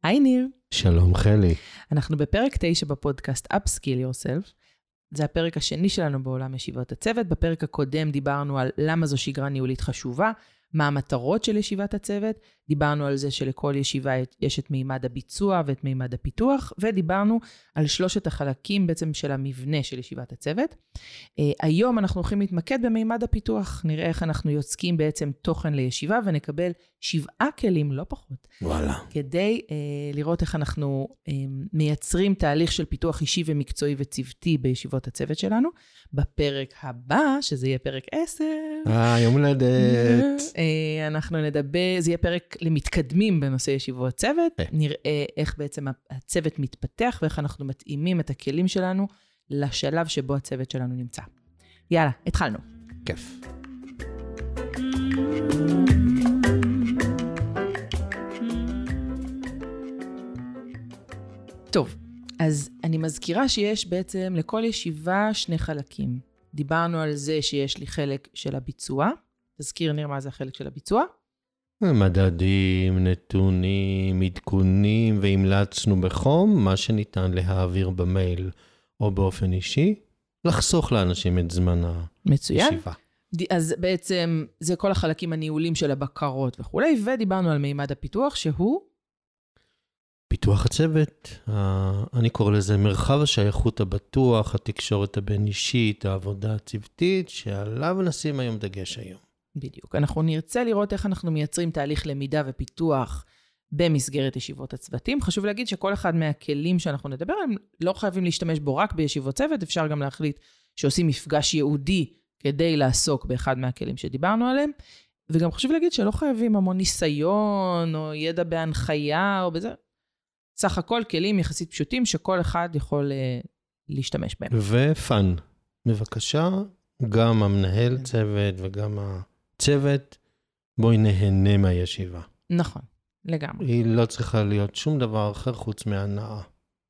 היי ניר. שלום חלי. אנחנו בפרק 9 בפודקאסט Upskill Yourself. זה הפרק השני שלנו בעולם ישיבות הצוות. בפרק הקודם דיברנו על למה זו שגרה ניהולית חשובה, מה המטרות של ישיבת הצוות, דיברנו על זה שלכל ישיבה יש את מימד הביצוע ואת מימד הפיתוח, ודיברנו על 3 החלקים בעצם של המבנה של ישיבת הצוות. היום אנחנו הולכים להתמקד במימד הפיתוח, נראה איך אנחנו יוצקים בעצם תוכן לישיבה, ונקבל 7 כלים, לא פחות, וואלה. כדי לראות איך אנחנו מייצרים תהליך של פיתוח אישי ומקצועי וצוותי בישיבות הצוות שלנו. בפרק הבא, שזה יהיה פרק 10. יום הולדת. אנחנו נדבר, זה יהיה פרק למתקדמים בנושא ישיבות צוות. נראה איך בעצם הצוות מתפתח, ואיך אנחנו מתאימים את הכלים שלנו לשלב שבו הצוות שלנו נמצא. יאללה, התחלנו. כיף. טוב, אז אני מזכירה שיש בעצם לכל ישיבה 2 חלקים. דיברנו על זה שיש לי חלק של הביצוע. תזכיר ניר מה זה החלק של הביצוע? מדדים, נתונים, עדכונים, והמלצנו בחום מה שניתן להעביר במייל או באופן אישי, לחסוך לאנשים את זמן מצוין. הישיבה. אז בעצם זה כל החלקים הניהולים של הבקרות וכו', ודיברנו על מימד הפיתוח שהוא פיתוח הצוות, אני קורא לזה מרחב השייכות הבטוח, התקשורת הבין-אישית, העבודה הצוותית, שעליו נשים היום דגש היום. בדיוק. אנחנו נרצה לראות איך אנחנו מייצרים תהליך למידה ופיתוח במסגרת ישיבות הצוותים. חשוב להגיד שכל אחד מהכלים שאנחנו נדבר עליהם, לא חייבים להשתמש בו רק בישיבות צוות, אפשר גם להחליט שעושים מפגש ייעודי כדי לעסוק באחד מהכלים שדיברנו עליהם, וגם חשוב להגיד שלא חייבים המון ניסיון או ידע בהנחיה או בזה. סך הכל כלים יחסית פשוטים שכל אחד יכול להשתמש בהם. ופן, בבקשה, גם המנהל צוות וגם הצוות, בואי נהנה מהישיבה. נכון, לגמרי. היא לא צריכה להיות שום דבר אחר חוץ מהנאה.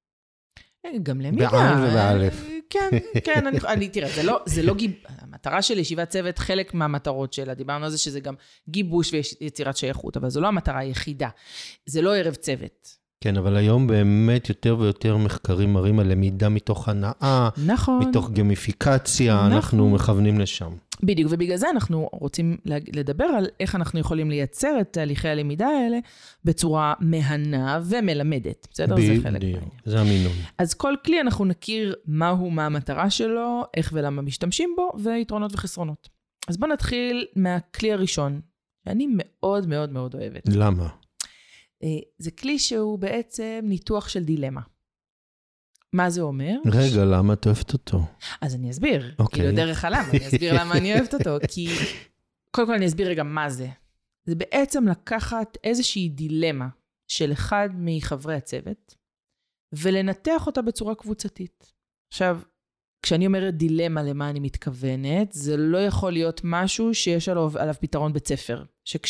גם למידה. בעל ובאלף. כן, כן, תראה, זה לא המטרה של ישיבת צוות, חלק מהמטרות שלה, דיברנו על זה שזה גם גיבוש ויצירת שייכות, אבל זו לא המטרה היחידה. זה לא ערב צוות. כן, אבל היום באמת יותר ויותר מחקרים מראים על למידה מתוך הנאה, נכון. מתוך גמיפיקציה, נכון. אנחנו מכוונים לשם. בדיוק, ובגלל זה אנחנו רוצים לדבר על איך אנחנו יכולים לייצר את תהליכי הלמידה האלה בצורה מהנה ומלמדת. בסדר? זה חלק מהעניין. זה המינון. אז כל כלי אנחנו נכיר מהו, מה המטרה שלו, איך ולמה משתמשים בו, ויתרונות וחסרונות. אז בואו נתחיל מהכלי הראשון, שאני מאוד מאוד מאוד אוהבת. למה? זה כלי שהוא בעצם ניתוח של דילמה. מה זה אומר? רגע, למה את אוהבת אותו? אז אני אסביר. אוקיי. כאילו דרך הלמה, אני אסביר למה אני אוהבת אותו. כי קודם כל אני אסביר רגע מה זה. זה בעצם לקחת איזושהי דילמה של אחד מחברי הצוות, ולנתח אותה בצורה קבוצתית. עכשיו, כשאני אומרת דילמה למה אני מתכוונת, זה לא יכול להיות משהו שיש עליו פתרון בית ספר.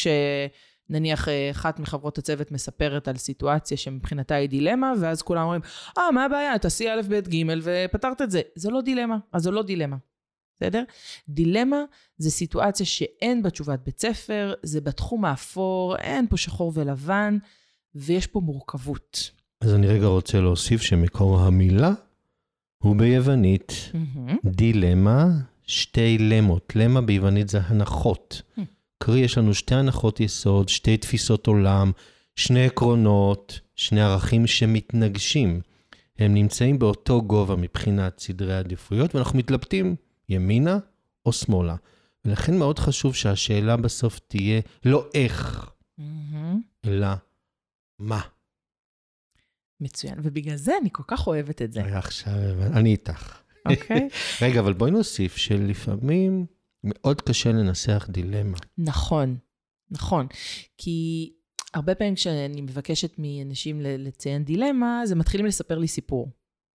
נניח אחת מחברות הצוות מספרת על סיטואציה שמבחינתה היא דילמה, ואז כולם אומרים, מה הבעיה? תעשי א' ב' ג' ופתרת את זה. זו לא דילמה, אז זו לא דילמה. בסדר? דילמה זה סיטואציה שאין בה תשובת בית ספר, זה בתחום האפור, אין פה שחור ולבן, ויש פה מורכבות. אז אני רגע רוצה להוסיף שמקור המילה הוא ביוונית. דילמה, 2 למות. למה ביוונית זה הנחות. קרי, יש לנו 2 הנחות יסוד, 2 תפיסות עולם, 2 עקרונות, 2 ערכים שמתנגשים. הם נמצאים באותו גובה מבחינת סדרי העדיפויות, ואנחנו מתלבטים ימינה או שמאלה. ולכן מאוד חשוב שהשאלה בסוף תהיה לא איך, אלא מה. מצוין, ובגלל זה אני כל כך אוהבת את זה. עכשיו, אני איתך. אוקיי. רגע, אבל בואי נוסיף שלפעמים מאוד קשה לנסח דילמה. נכון, נכון. כי הרבה פעמים כשאני מבקשת מאנשים לציין דילמה, זה מתחילים לספר לי סיפור.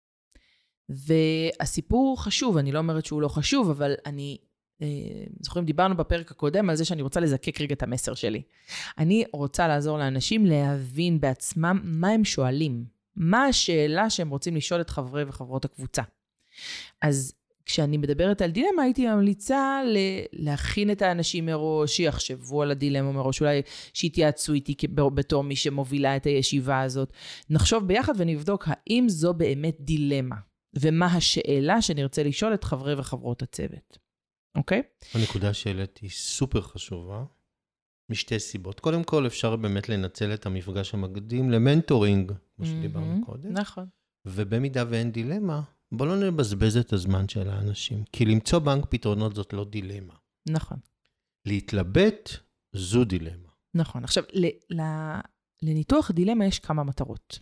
והסיפור חשוב, אני לא אומרת שהוא לא חשוב, אבל אני, זוכרים, דיברנו בפרק הקודם על זה שאני רוצה לזקק רגע את המסר שלי. אני רוצה לעזור לאנשים להבין בעצמם מה הם שואלים, מה השאלה שהם רוצים לשאול את חברי וחברות הקבוצה. אז כשאני מדברת על דילמה, הייתי ממליצה להכין את האנשים מראש, שיחשבו על הדילמה מראש, אולי שיתייעצו איתי בתור מי שמובילה את הישיבה הזאת. נחשוב ביחד ונבדוק האם זו באמת דילמה, ומה השאלה שנרצה לשאול את חברי וחברות הצוות. אוקיי? הנקודה שהעלית היא סופר חשובה, משתי סיבות. קודם כל, אפשר באמת לנצל את המפגש המקדים למנטורינג, כמו שדיברנו קודם. נכון. ובמידה ואין דילמה, בוא לא נבזבז את הזמן של האנשים, כי למצוא בנק פתרונות זאת לא דילמה. נכון. להתלבט זו דילמה. נכון. עכשיו, לניתוח דילמה יש כמה מטרות.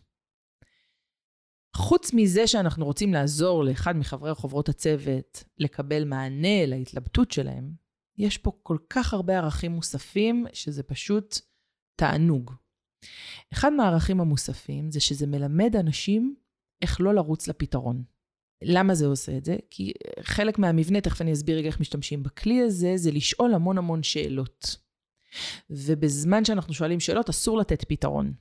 חוץ מזה שאנחנו רוצים לעזור לאחד מחברי חברות הצוות לקבל מענה להתלבטות שלהם, יש פה כל כך הרבה ערכים מוספים שזה פשוט תענוג. אחד מהערכים המוספים זה שזה מלמד אנשים איך לא לרוץ לפתרון. למה זה עושה את זה? כי חלק מהמבנה, תכף אני אסביר רגע איך משתמשים בכלי הזה, זה לשאול המון המון שאלות. ובזמן שאנחנו שואלים שאלות, אסור לתת פתרון.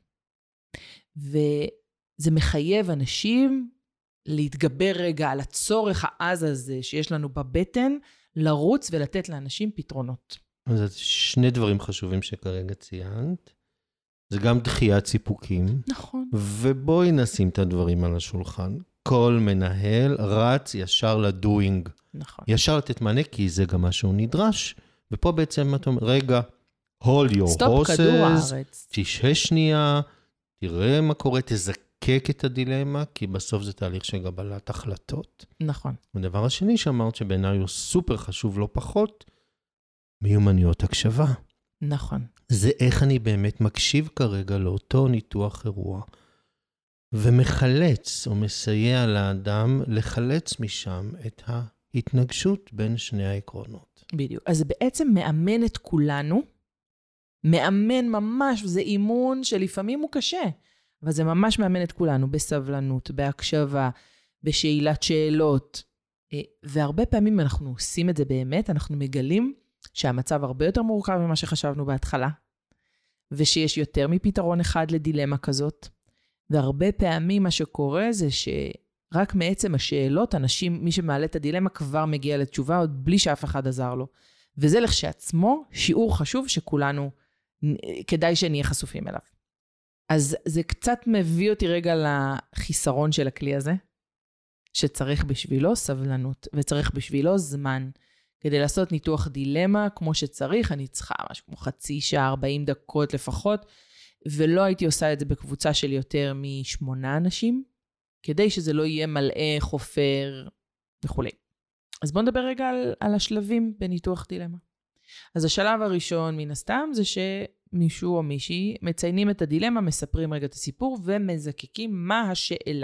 וזה מחייב אנשים להתגבר רגע על הצורך העז הזה שיש לנו בבטן, לרוץ ולתת לאנשים פתרונות. אז שני דברים חשובים שכרגע ציינת. זה גם דחיית סיפוקים. נכון. ובואי נשים את הדברים על השולחן. כל מנהל רץ ישר לדוינג. נכון. ישר לתת מענה, כי זה גם מה שהוא נדרש. ופה בעצם אתה אומר, רגע, hold your סטופ horses, כדור הארץ. תשהה שנייה, תראה מה קורה, תזקק את הדילמה, כי בסוף זה תהליך של קבלת החלטות. נכון. הדבר השני שאמרת שבעיניי הוא סופר חשוב לא פחות, מיומנויות הקשבה. נכון. זה איך אני באמת מקשיב כרגע לאותו ניתוח אירוע, ומחלץ או מסייע לאדם לחלץ משם את ההתנגשות בין שני העקרונות. בדיוק. אז זה בעצם מאמן את כולנו, מאמן ממש, זה אימון שלפעמים הוא קשה, אבל זה ממש מאמן את כולנו בסבלנות, בהקשבה, בשאלת שאלות, והרבה פעמים אנחנו עושים את זה באמת, אנחנו מגלים שהמצב הרבה יותר מורכב ממה שחשבנו בהתחלה, ושיש יותר מפתרון אחד לדילמה כזאת, והרבה פעמים מה שקורה זה שרק מעצם השאלות, אנשים, מי שמעלה את הדילמה כבר מגיע לתשובה, עוד בלי שאף אחד עזר לו. וזה לכשעצמו שיעור חשוב שכולנו, כדאי שנהיה חשופים אליו. אז זה קצת מביא אותי רגע לחיסרון של הכלי הזה, שצריך בשבילו סבלנות, וצריך בשבילו זמן. כדי לעשות ניתוח דילמה כמו שצריך, אני צריכה משהו כמו חצי שעה, 40 דקות לפחות, ולא הייתי עושה את זה בקבוצה של יותר מ8 אנשים, כדי שזה לא יהיה מלא, חופר וכו'. אז בואו נדבר רגע על השלבים בניתוח דילמה. אז השלב הראשון מן הסתם זה שמישהו או מישהי מציינים את הדילמה, מספרים רגע את הסיפור ומזקקים מה השאלה.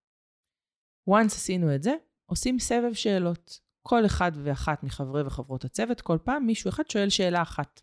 once עשינו את זה, עושים סבב שאלות. כל אחד ואחת מחברי וחברות הצוות, כל פעם מישהו אחד שואל שאלה אחת.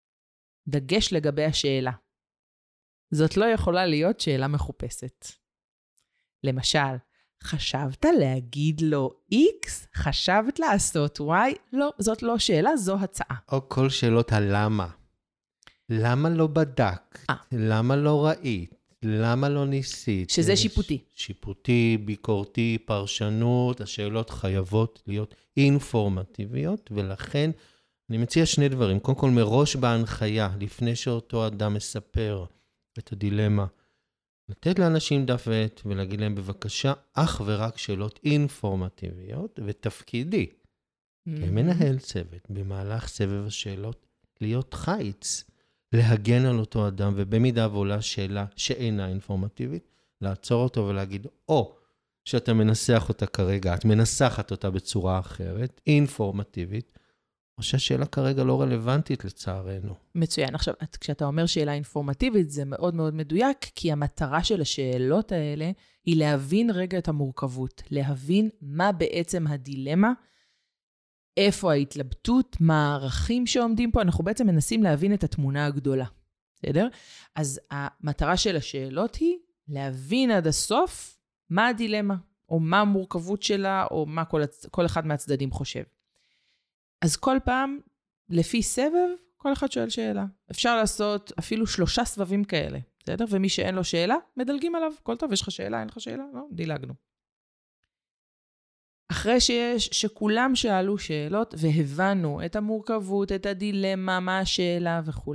דגש לגבי השאלה. זאת לא יכולה להיות שאלה מחופשת. למשל, חשבת להגיד לו X? חשבת לעשות Y? לא, זאת לא שאלה, זו הצעה. או כל שאלות הלמה. למה לא בדקת? למה לא ראית? למה לא ניסית? שזה שיפוטי. שיפוטי, ביקורתי, פרשנות, השאלות חייבות להיות אינפורמטיביות, ולכן אני מציע שני דברים. קודם כל, מראש בהנחיה, לפני שאותו אדם מספר את הדילמה, לתת לאנשים דף ועט ולהגיד להם בבקשה, אך ורק שאלות אינפורמטיביות, ותפקידי, כמנהל צוות, במהלך סבב השאלות, להיות חיץ, להגן על אותו אדם, ובמידה ועולה שאלה שאינה אינפורמטיבית, לעצור אותו ולהגיד, או שאתה מנסח אותה כרגע, את מנסחת אותה בצורה אחרת, אינפורמטיבית, או שהשאלה כרגע לא רלוונטית לצערנו. מצוין. עכשיו, כשאתה אומר שאלה אינפורמטיבית, זה מאוד מאוד מדויק, כי המטרה של השאלות האלה היא להבין רגע את המורכבות, להבין מה בעצם הדילמה, איפה ההתלבטות, מה הערכים שעומדים פה, אנחנו בעצם מנסים להבין את התמונה הגדולה, בסדר? אז המטרה של השאלות היא להבין עד הסוף מה הדילמה, או מה המורכבות שלה, או מה כל אחד מהצדדים חושב. אז כל פעם, לפי סבב, כל אחד שואל שאלה. אפשר לעשות אפילו 3 סבבים כאלה, בסדר? ומי שאין לו שאלה, מדלגים עליו. כל טוב, יש לך שאלה, אין לך שאלה? לא, דילגנו. אחרי שכולם שאלו שאלות, והבנו את המורכבות, את הדילמה, מה השאלה וכו',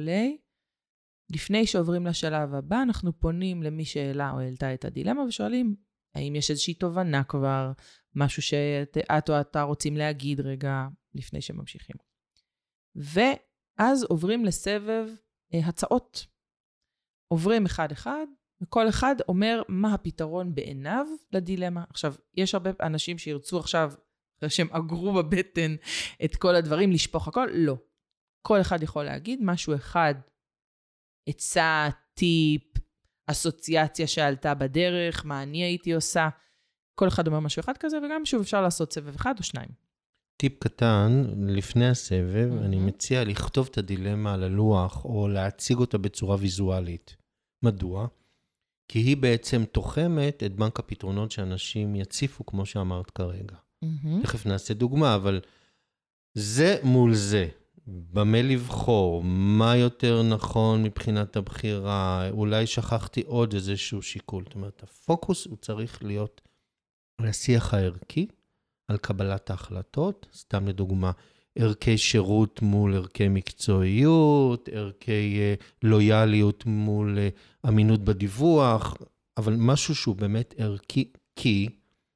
לפני שעוברים לשלב הבא, אנחנו פונים למי שאלה או העלתה את הדילמה, ושואלים, האם יש איזושהי תובנה כבר, משהו שאת או אתה רוצים להגיד רגע, לפני שממשיכים. ואז עוברים לסבב הצעות. עוברים אחד-אחד, וכל אחד אומר מה הפתרון בעיניו לדילמה. עכשיו, יש הרבה אנשים שירצו עכשיו, אחרי שהם אגרו בבטן את כל הדברים, לשפוך הכל. לא. כל אחד יכול להגיד משהו אחד, עצה, טיפ, אסוציאציה שעלתה בדרך, מה אני הייתי עושה. כל אחד אומר משהו אחד כזה, וגם שוב אפשר לעשות סבב אחד או שניים. טיפ קטן, לפני הסבב, אני מציע לכתוב את הדילמה על הלוח, או להציג אותה בצורה ויזואלית. מדוע? כי היא בעצם תוחמת את בנק הפתרונות שאנשים יציפו, כמו שאמרת כרגע. תכף נעשה דוגמה, אבל זה מול זה. במה לבחור, מה יותר נכון מבחינת הבחירה, אולי שכחתי עוד איזשהו שיקול. זאת אומרת, הפוקוס הוא צריך להיות על השיח הערכי, על קבלת ההחלטות, סתם לדוגמה, ערכי שירות מול ערכי מקצועיות, ערכי לויאליות מול אמינות בדיווח, אבל משהו שהוא באמת ערכי, כי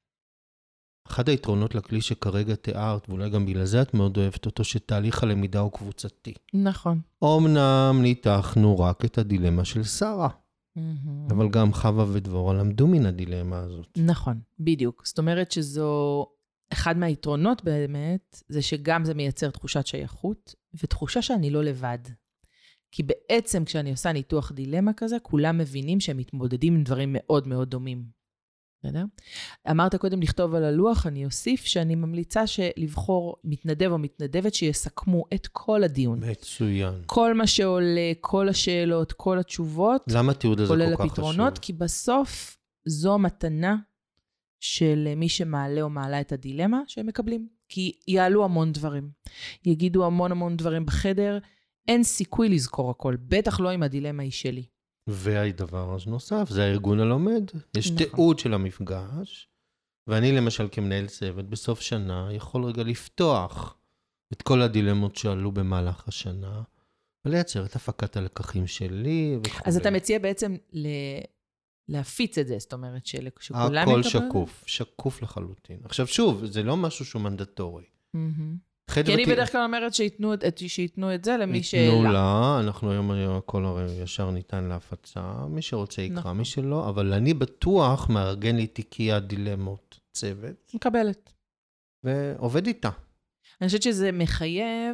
אחד היתרונות לכלי שכרגע תיארת, ואולי גם בגלל זה את מאוד אוהבת אותו, שתהליך הלמידה הוא קבוצתי. נכון. אמנם ניתחנו רק את הדילמה של שרה, אבל גם חווה ודבורה למדו מן הדילמה הזאת. נכון, בדיוק. זאת אומרת שזו, אחד מהיתרונות באמת, זה שגם זה מייצר תחושת שייכות, ותחושה שאני לא לבד. כי בעצם כשאני עושה ניתוח דילמה כזה, כולם מבינים שהם מתמודדים עם דברים מאוד מאוד דומים. בסדר? אמרת קודם לכתוב על הלוח, אני אוסיף שאני ממליצה לבחור מתנדב או מתנדבת שיסכמו את כל הדיון. מצוין. כל מה שעולה, כל השאלות, כל התשובות. למה התיעוד הזה כל כך חשוב? כולל הפתרונות, כי בסוף זו מתנה של מי שמעלה או מעלה את הדילמה שהם מקבלים. כי יעלו המון דברים. יגידו המון דברים בחדר, אין סיכוי לזכור הכל, בטח לא אם הדילמה היא שלי. והדבר הנוסף, זה הארגון הלומד. יש תיעוד של המפגש, ואני למשל כמנהל צוות בסוף שנה יכול רגע לפתוח את כל הדילמות שעלו במהלך השנה, ולייצר את הפקת הלקחים שלי וכו'. אז אתה מציע בעצם להפיץ את זה, זאת אומרת שכולם הכל שקוף לחלוטין. עכשיו שוב, זה לא משהו שהוא מנדטורי. כי אני בדרך כלל אומרת שיתנו את זה למי שאלה. יתנו לה, אנחנו היום הכל הרי ישר ניתן להפצה, מי שרוצה יקרא, מי שלא, אבל אני בטוח מארגן לי תיקיית דילמות צוות. מקבלת. ועובד איתה. אני חושבת שזה מחייב,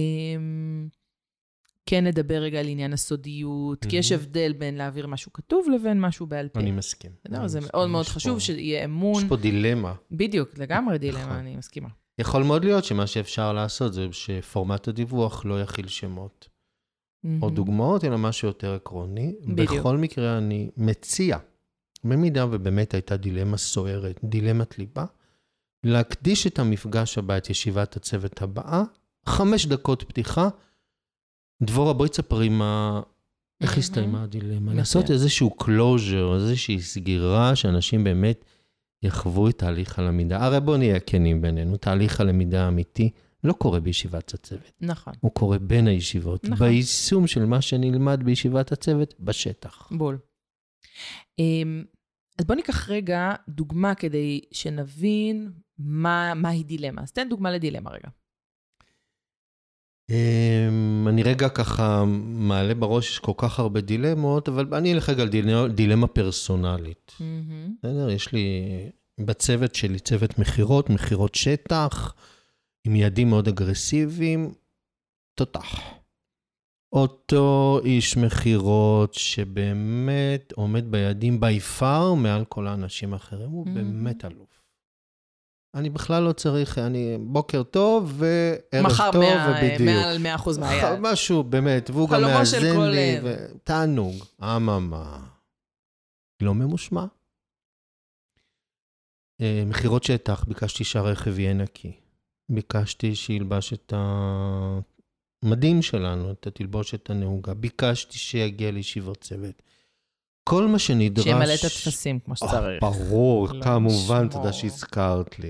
כן נדבר רגע על עניין הסודיות, כי יש הבדל בין להעביר משהו כתוב לבין משהו בעל פה. אני מסכים. זה מאוד מאוד חשוב שיהיה אמון. יש פה דילמה. בדיוק, לגמרי דילמה, אני מסכימה. יכול מאוד להיות שמה שאפשר לעשות זה שפורמט הדיווח לא יכיל שמות או דוגמאות, אלא משהו יותר עקרוני. בכל מקרה אני מציע, במידה ובאמת הייתה דילמה סוערת, דילמת ליבה, להקדיש את המפגש הבא, את ישיבת הצוות הבאה, 5 דקות פתיחה, דבורה, בואי תספרי איך הסתיימה הדילמה, לעשות איזשהו closure, איזושהי סגירה, שאנשים באמת יחוו את תהליך הלמידה. הרי בוא נהיה כנים בינינו, תהליך הלמידה האמיתי לא קורה בישיבת הצוות. נכון. הוא קורה בין הישיבות, נכון. ביישום של מה שנלמד בישיבת הצוות בשטח. בול. אז בוא ניקח רגע דוגמה כדי שנבין מהי דילמה. אז תן דוגמה לדילמה רגע. אני רגע ככה מעלה בראש, יש כל כך הרבה דילמות, אבל אני אלך רגע על דילמה פרסונלית. יש לי בצוות שלי צוות מחירות שטח, עם יעדים מאוד אגרסיביים, תותח. אותו איש מחירות שבאמת עומד ביעדים ביפר מעל כל האנשים האחרים, הוא באמת אלוף. אני בכלל לא צריך, אני בוקר טוב וערב טוב ובדיוק. מחר 100% מהיעד. משהו באמת, והוא גם מאזן לי, תענוג, אממה. לא ממושמע. מחירות שטח, ביקשתי שהרכב יהיה נקי. ביקשתי שילבש את המדים שלנו, את התלבושת הנהוגה. ביקשתי שיגיע לישיבות צוות. כל מה שנדרש... שימלא את התפסים כמו שצריך. ברור, כמובן, תודה שהזכרת לי.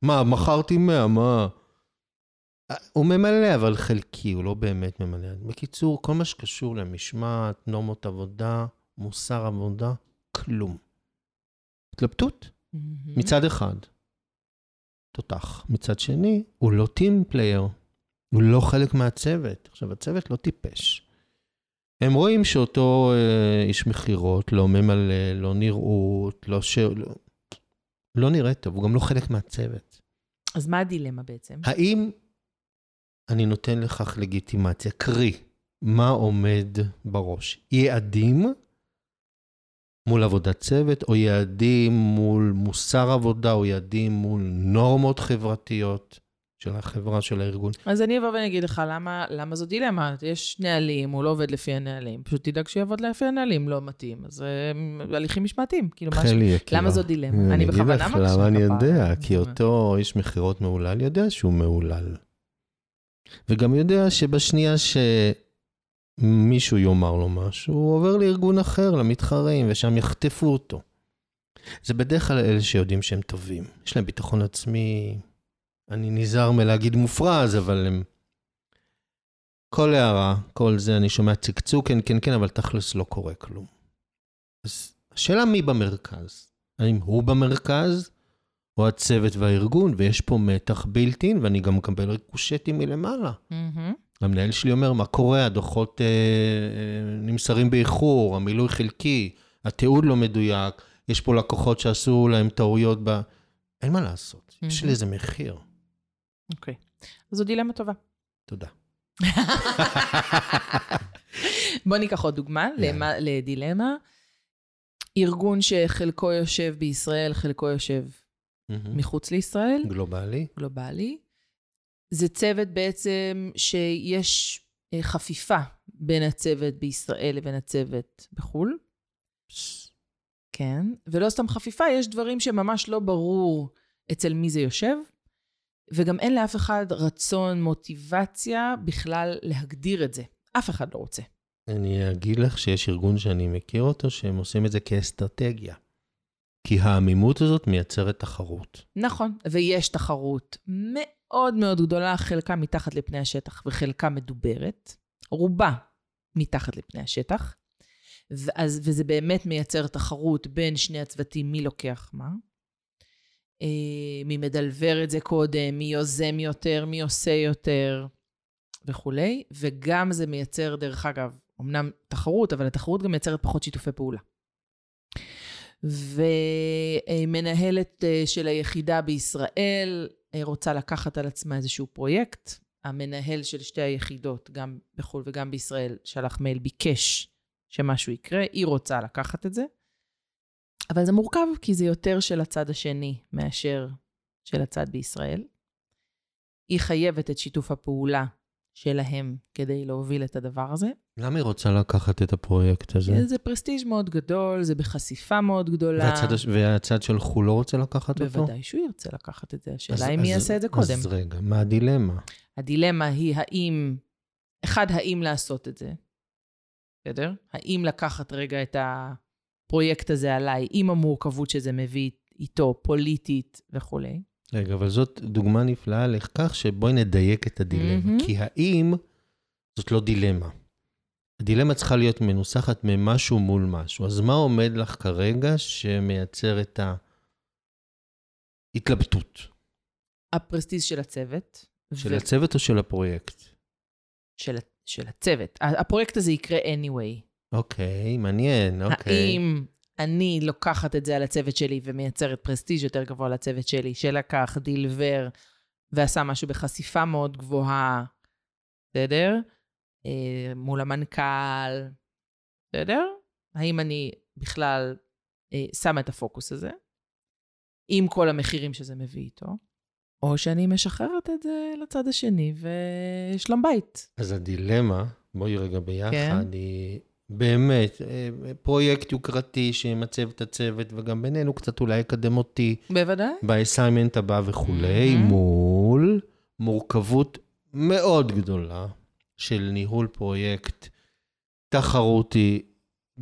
מה, מכרתי 100, מה? הוא ממלא, אבל חלקי, הוא לא באמת ממלא. בקיצור, כל מה שקשור למשמעת, נורמות עבודה, מוסר עבודה, כלום. התלבטות, מצד אחד. תותח. מצד שני, הוא לא טים פלייר. הוא לא חלק מהצוות. עכשיו, הצוות לא טיפש. הם רואים שאותו איש מחירות לא ממלא, לא נראות, לא נראה טוב, הוא גם לא חלק מהצוות. אז מה הדילמה בעצם? האם אני נותן לכך לגיטימציה? קרי, מה עומד בראש? יעדים מול עבודת צוות, או יעדים מול מוסר עבודה, או יעדים מול נורמות חברתיות של החברה, של הארגון? אז אני אבוא ואני אגיד לך, למה זו דילמה? יש נהלים, הוא לא עובד לפי הנהלים. פשוט תדאג שיעבוד לפי הנהלים, לא מתאים. אז הליכים משמעתיים. למה זו דילמה? אני בכוונה מקשיבה. למה אני יודע? כי אותו איש מחירות מעולל יודע שהוא מעולל. וגם יודע שבשנייה שמישהו יאמר לו משהו, הוא עובר לארגון אחר, למתחרים, ושם יחטפו אותו. זה בדרך כלל אלה שיודעים שהם טובים. יש להם ביטחון עצמי, אני נזהר מלהגיד מופרז, אבל הם... כל הערה, כל זה, אני שומע צקצוק, כן, אבל תכלס לא קורה כלום. אז השאלה מי במרכז? האם הוא במרכז, או הצוות והארגון, ויש פה מתח בלתי, ואני גם מקבל ריקושטים מלמעלה. המנהל שלי אומר, מה קורה? הדוחות נמסרים באיחור, המילוי חלקי, התיעוד לא מדויק, יש פה לקוחות שעשו להם טעויות אין מה לעשות, יש לי איזה מחיר. אוקיי, אז זו דילמה טובה. תודה. בוא ניקח עוד דוגמה לדילמה. ארגון שחלקו יושב בישראל, חלקו יושב מחוץ לישראל. גלובלי. זה צוות בעצם שיש חפיפה בין הצוות בישראל לבין הצוות בחול. כן, ולא סתם חפיפה, יש דברים שממש לא ברור אצל מי זה יושב, וגם אין לאף אחד רצון, מוטיבציה בכלל להגדיר את זה. אף אחד לא רוצה. אני אגיד לך שיש ארגון שאני מכיר אותו, שהם עושים את זה כאסטרטגיה. כי העמימות הזאת מייצרת תחרות. נכון, ויש תחרות מאוד מאוד גדולה, חלקה מתחת לפני השטח וחלקה מדוברת, רובה מתחת לפני השטח, וזה באמת מייצר תחרות בין שני הצוותים, מי לוקח מה, מי מדלבר את זה קודם, מי יוזם יותר, מי עושה יותר וכולי, וגם זה מייצר דרך אגב, אמנם תחרות, אבל התחרות גם מייצרת פחות שיתופי פעולה. ומנהלת של היחידה בישראל רוצה לקחת על עצמה איזשהו פרויקט. המנהל של שתי היחידות, גם בחול וגם בישראל, שלח מייל, ביקש שמשהו יקרה. היא רוצה לקחת את זה. אבל זה מורכב כי זה יותר של הצד השני מאשר של הצד בישראל. היא חייבת את שיתוף הפעולה שלהם כדי להוביל את הדבר הזה. למה היא רוצה לקחת את הפרויקט הזה? זה פרסטיג' מאוד גדול, זה בחשיפה מאוד גדולה. והצד של חול לא רוצה לקחת אותו? בוודאי שהוא ירצה לקחת את זה. השאלה אם מי יעשה את זה קודם. אז רגע, מה הדילמה? הדילמה היא האם לעשות את זה. בסדר? האם לקחת רגע את הפרויקט הזה עליי, עם המורכבות שזה מביא איתו, פוליטית וכו'. רגע, אבל זאת דוגמה נפלאה לכך שבואי נדייק את הדילמה. כי האם זאת לא דילמה. הדילמה צריכה להיות מנוסחת ממשהו מול משהו. אז מה עומד לך כרגע שמייצר את ההתלבטות? הפרסטיז של הצוות. של הצוות או של הפרויקט? של הצוות. הפרויקט הזה יקרה anyway. אוקיי, מעניין, אוקיי. האם אני לוקחת את זה על הצוות שלי ומייצרת פרסטיז יותר גבוה לצוות שלי, שלקח, דילבר, ועשה משהו בחשיפה מאוד גבוהה, בסדר? מול המנכ"ל, בסדר? האם אני בכלל שמה את הפוקוס הזה, עם כל המחירים שזה מביא איתו, או שאני משחררת את זה לצד השני, ושלום בית. אז הדילמה, בואי רגע ביחד, היא באמת פרויקט יוקרתי שימצב את הצוות, וגם בינינו קצת אולי יקדם אותי. בוודאי. באסיימנט הבא וכולי, מול מורכבות מאוד גדולה, של ניהול פרויקט תחרותי,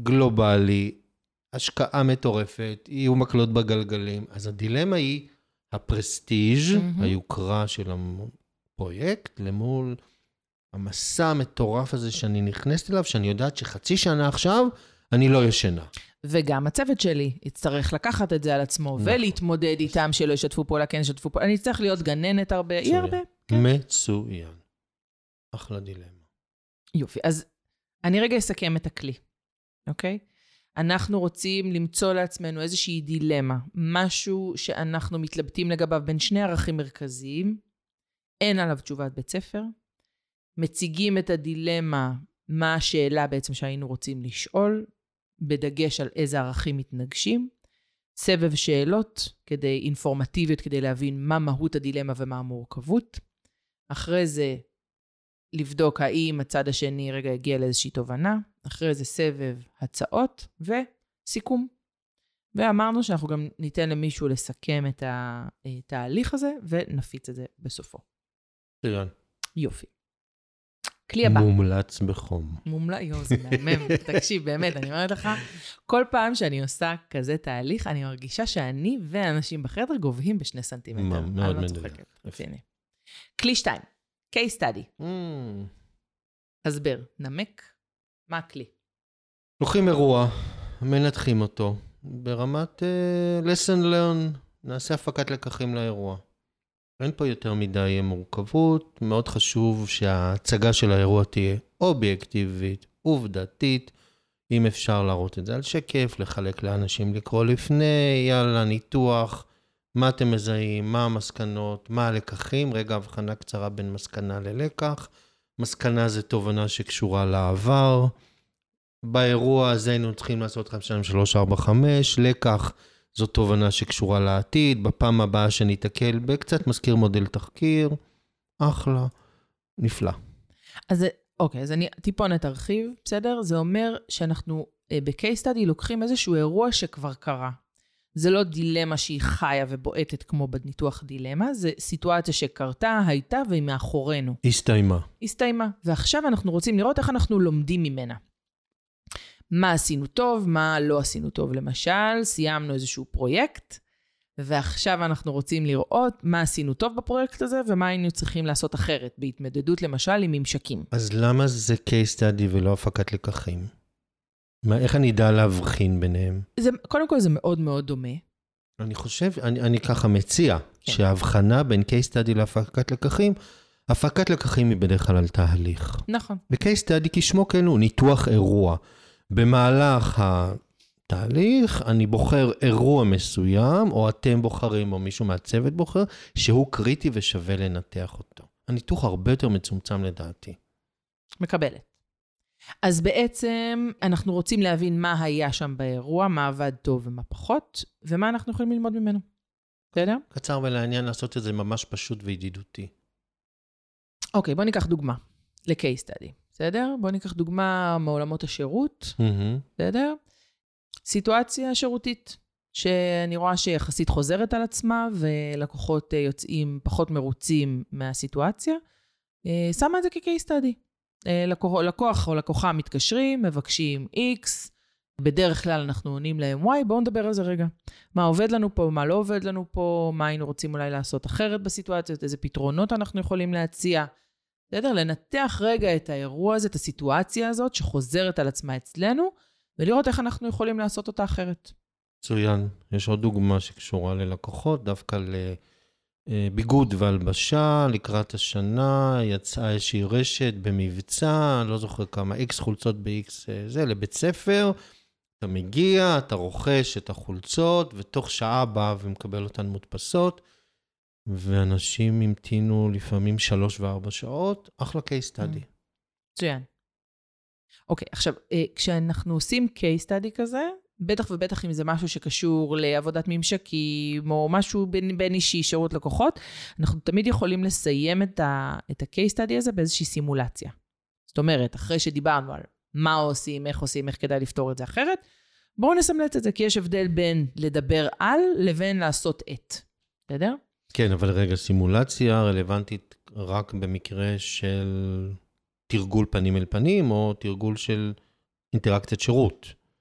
גלובלי, השקעה מטורפת, יהיו מקלות בגלגלים. אז הדילמה היא, הפרסטיג', היוקרה של הפרויקט, למול המסע המטורף הזה שאני נכנסת אליו, שאני יודעת שחצי שנה עכשיו, אני לא ישנה. וגם הצוות שלי יצטרך לקחת את זה על עצמו, ולהתמודד איתם שלא ישתפו פעולה, כן ישתפו פעולה. אני צריך להיות גננת הרבה, יהיה הרבה. מצוין. אחלה דילמה. יופי, אז אני רגע אסכם את הכלי, אוקיי? אנחנו רוצים למצוא לעצמנו איזושהי דילמה, משהו שאנחנו מתלבטים לגביו בין שני ערכים מרכזיים, אין עליו תשובת בית ספר, מציגים את הדילמה, מה השאלה בעצם שהיינו רוצים לשאול, בדגש על איזה ערכים מתנגשים, סבב שאלות אינפורמטיביות כדי להבין מה מהות הדילמה ומה המורכבות, אחרי זה לבדוק האם הצד השני רגע הגיע לאיזושהי תובנה, אחרי זה סבב הצעות וסיכום. ואמרנו שאנחנו גם ניתן למישהו לסכם את התהליך הזה, ונפיץ את זה בסופו. תראה. יופי. כלי הבא. מומלץ בחום. זה מהמם. תקשיב, באמת, אני אומרת לך, כל פעם שאני עושה כזה תהליך, אני מרגישה שאני והאנשים בחדר גובהים ב2 סנטימטר. מאוד מדויק. כלי 2. case study. הסבר, נמק, מה הכלי? לוקחים אירוע, מנתחים אותו, ברמת lesson learn, נעשה הפקת לקחים לאירוע. אין פה יותר מדי מורכבות, מאוד חשוב שההצגה של האירוע תהיה אובייקטיבית, עובדתית, אם אפשר להראות את זה על שקף, לחלק לאנשים לקרוא לפני, יאללה, ניתוח, מה אתם מזהים, מה המסקנות, מה הלקחים, רגע הבחנה קצרה בין מסקנה ללקח, מסקנה זה תובנה שקשורה לעבר, באירוע הזה היינו צריכים לעשות 5, 3, 4, 5, לקח זו תובנה שקשורה לעתיד, בפעם הבאה שניתקל בקצת מזכיר מודל תחקיר, אחלה, נפלא. אז אוקיי, אז אני טיפונת ארחיב, בסדר? זה אומר שאנחנו ב-case study לוקחים איזשהו אירוע שכבר קרה. זה לא דילמה שהיא חיה ובועטת כמו בניתוח דילמה, זה סיטואציה שקרתה, הייתה והיא מאחורינו. הסתיימה. ועכשיו אנחנו רוצים לראות איך אנחנו לומדים ממנה. מה עשינו טוב, מה לא עשינו טוב. למשל, סיימנו איזשהו פרויקט, ועכשיו אנחנו רוצים לראות מה עשינו טוב בפרויקט הזה, ומה היינו צריכים לעשות אחרת, בהתמודדות למשל עם ממשקים. אז למה זה case study ולא הפקת לקחים? איך אני אדע להבחין ביניהם? קודם כל זה מאוד מאוד דומה. אני חושב, אני ככה מציע, שההבחנה בין case study להפקת לקחים, הפקת לקחים היא בדרך כלל על תהליך. נכון. ב-case study כשמו כן הוא ניתוח אירוע. במהלך התהליך אני בוחר אירוע מסוים, או אתם בוחרים, או מישהו מהצוות בוחר, שהוא קריטי ושווה לנתח אותו. הניתוח הרבה יותר מצומצם לדעתי. מקבלת. אז בעצם אנחנו רוצים להבין מה היה שם באירוע, מה עבד טוב ומה פחות, ומה אנחנו יכולים ללמוד ממנו. בסדר? קצר ולעניין לעשות את זה ממש פשוט וידידותי. אוקיי, בוא ניקח דוגמה ל-case study. בסדר? בוא ניקח דוגמה מעולמות השירות. בסדר? סיטואציה שירותית, שאני רואה שיחסית חוזרת על עצמה, ולקוחות יוצאים פחות מרוצים מהסיטואציה. שמה את זה כ-case study. לקוח או לקוחה מתקשרים, מבקשים X, בדרך כלל אנחנו עונים להם Y, בואו נדבר על זה רגע. מה עובד לנו פה, מה לא עובד לנו פה, מה היינו רוצים אולי לעשות אחרת בסיטואציות, איזה פתרונות אנחנו יכולים להציע. בסדר? לנתח רגע את האירוע הזה, את הסיטואציה הזאת שחוזרת על עצמה אצלנו, ולראות איך אנחנו יכולים לעשות אותה אחרת. מצוין. יש עוד דוגמה שקשורה ללקוחות, דווקא לביגוד והלבשה, לקראת השנה, יצאה איזושהי רשת במבצע, לא זוכר כמה, X חולצות ב-X זה, לבית ספר, אתה מגיע, אתה רוכש את החולצות, ותוך שעה בא ומקבל אותן מודפסות, ואנשים המתינו לפעמים 3 ו4 שעות, אחלה case study. מצוין. אוקיי, עכשיו, כשאנחנו עושים case study כזה, בטח ובטח אם זה משהו שקשור לעבודת ממשקים, או משהו בין אישי, שירות לקוחות, אנחנו תמיד יכולים לסיים את ה-case study הזה באיזושהי סימולציה. זאת אומרת, אחרי שדיברנו על מה עושים, איך כדאי לפתור את זה אחרת, בואו נסמלץ את זה, כי יש הבדל בין לדבר על לבין לעשות את. בסדר? כן, אבל רגע, סימולציה רלוונטית רק במקרה של תרגול פנים אל פנים, או תרגול של אינטראקציית שירות.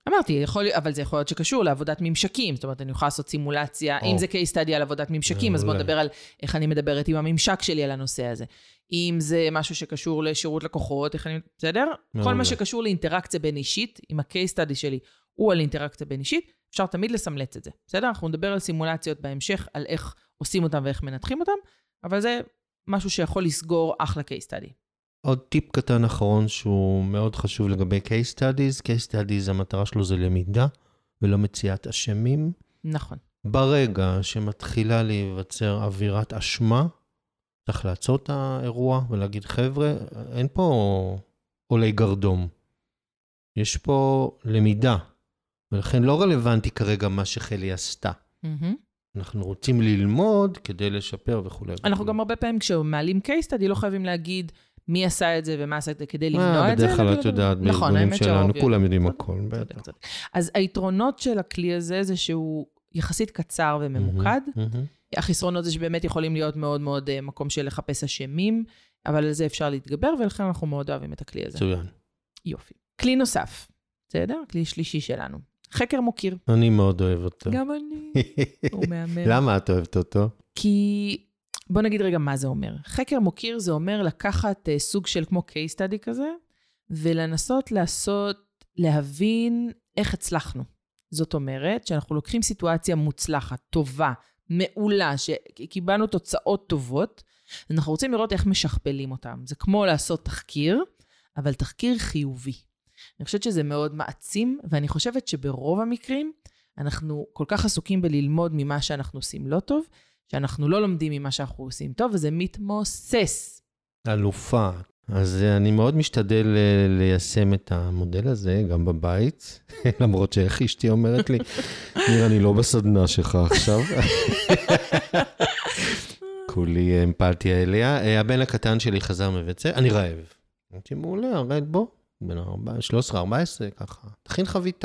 אמרתי, אבל זה יכול להיות שקשור לעבודת ממשקים, זאת אומרת, אני יכולה לעשות סימולציה, אם זה case study על עבודת ממשקים, אז בוא נדבר על איך אני מדברת עם הממשק שלי על הנושא הזה. אם זה משהו שקשור לשירות לקוחות, איך אני, בסדר? כל מה שקשור לאינטראקציה בין אישית, אם ה-case study שלי הוא על אינטראקציה בין אישית, אפשר תמיד לסמלץ את זה, בסדר? אנחנו נדבר על סימולציות בהמשך, על איך עושים אותם ואיך מנתחים אותם, אבל זה משהו שיכול לסגור אחלה case study. עוד טיפ קטן אחרון שהוא מאוד חשוב לגבי case studies. case studies, המטרה שלו זה למידה ולא מציאת אשמים. נכון. ברגע שמתחילה להיווצר אווירת אשמה, צריך לעצור את האירוע ולהגיד, חבר'ה, אין פה עולי גרדום. יש פה למידה, ולכן לא רלוונטי כרגע מה שחלי עשתה. אנחנו רוצים ללמוד כדי לשפר וכו'. אנחנו גם הרבה פעמים כשמעלים case study לא חייבים להגיד מי עשה את זה ומה עשה את זה כדי למנוע את זה. בדרך כלל את יודעת, בארגונים שלנו, כולם יודעים הכל. אז היתרונות של הכלי הזה זה שהוא יחסית קצר וממוקד. החסרונות זה שבאמת יכולים להיות מאוד מאוד מקום של לחפש אשמים, אבל על זה אפשר להתגבר, ולכן אנחנו מאוד אוהבים את הכלי הזה. מצוין. יופי. כלי נוסף, בסדר? כלי שלישי שלנו. חקר מוקיר. אני מאוד אוהב אותו. גם אני. הוא מהמם. למה את אוהבת אותו? כי בוא נגיד רגע מה זה אומר. חקר מוקיר זה אומר לקחת סוג של כמו case study כזה, ולנסות להבין איך הצלחנו. זאת אומרת שאנחנו לוקחים סיטואציה מוצלחת, טובה, מעולה, שקיבלנו תוצאות טובות, אנחנו רוצים לראות איך משכפלים אותם. זה כמו לעשות תחקיר, אבל תחקיר חיובי. אני חושבת שזה מאוד מעצים, ואני חושבת שברוב המקרים, אנחנו כל כך עסוקים בללמוד ממה שאנחנו עושים לא טוב, שאנחנו לא לומדים ממה שאנחנו עושים טוב, וזה מתמוסס. אלופה. אז אני מאוד משתדל ליישם את המודל הזה, גם בבית, למרות שאיך אשתי אומרת לי, נראה, אני לא בסדנה שלך עכשיו. כולי אמפתיה אליה. הבן הקטן שלי חזר מבצע, אני רעב. אמרתי, מעולה, הרד בו, בין 13-14, ככה, תכין חביתה.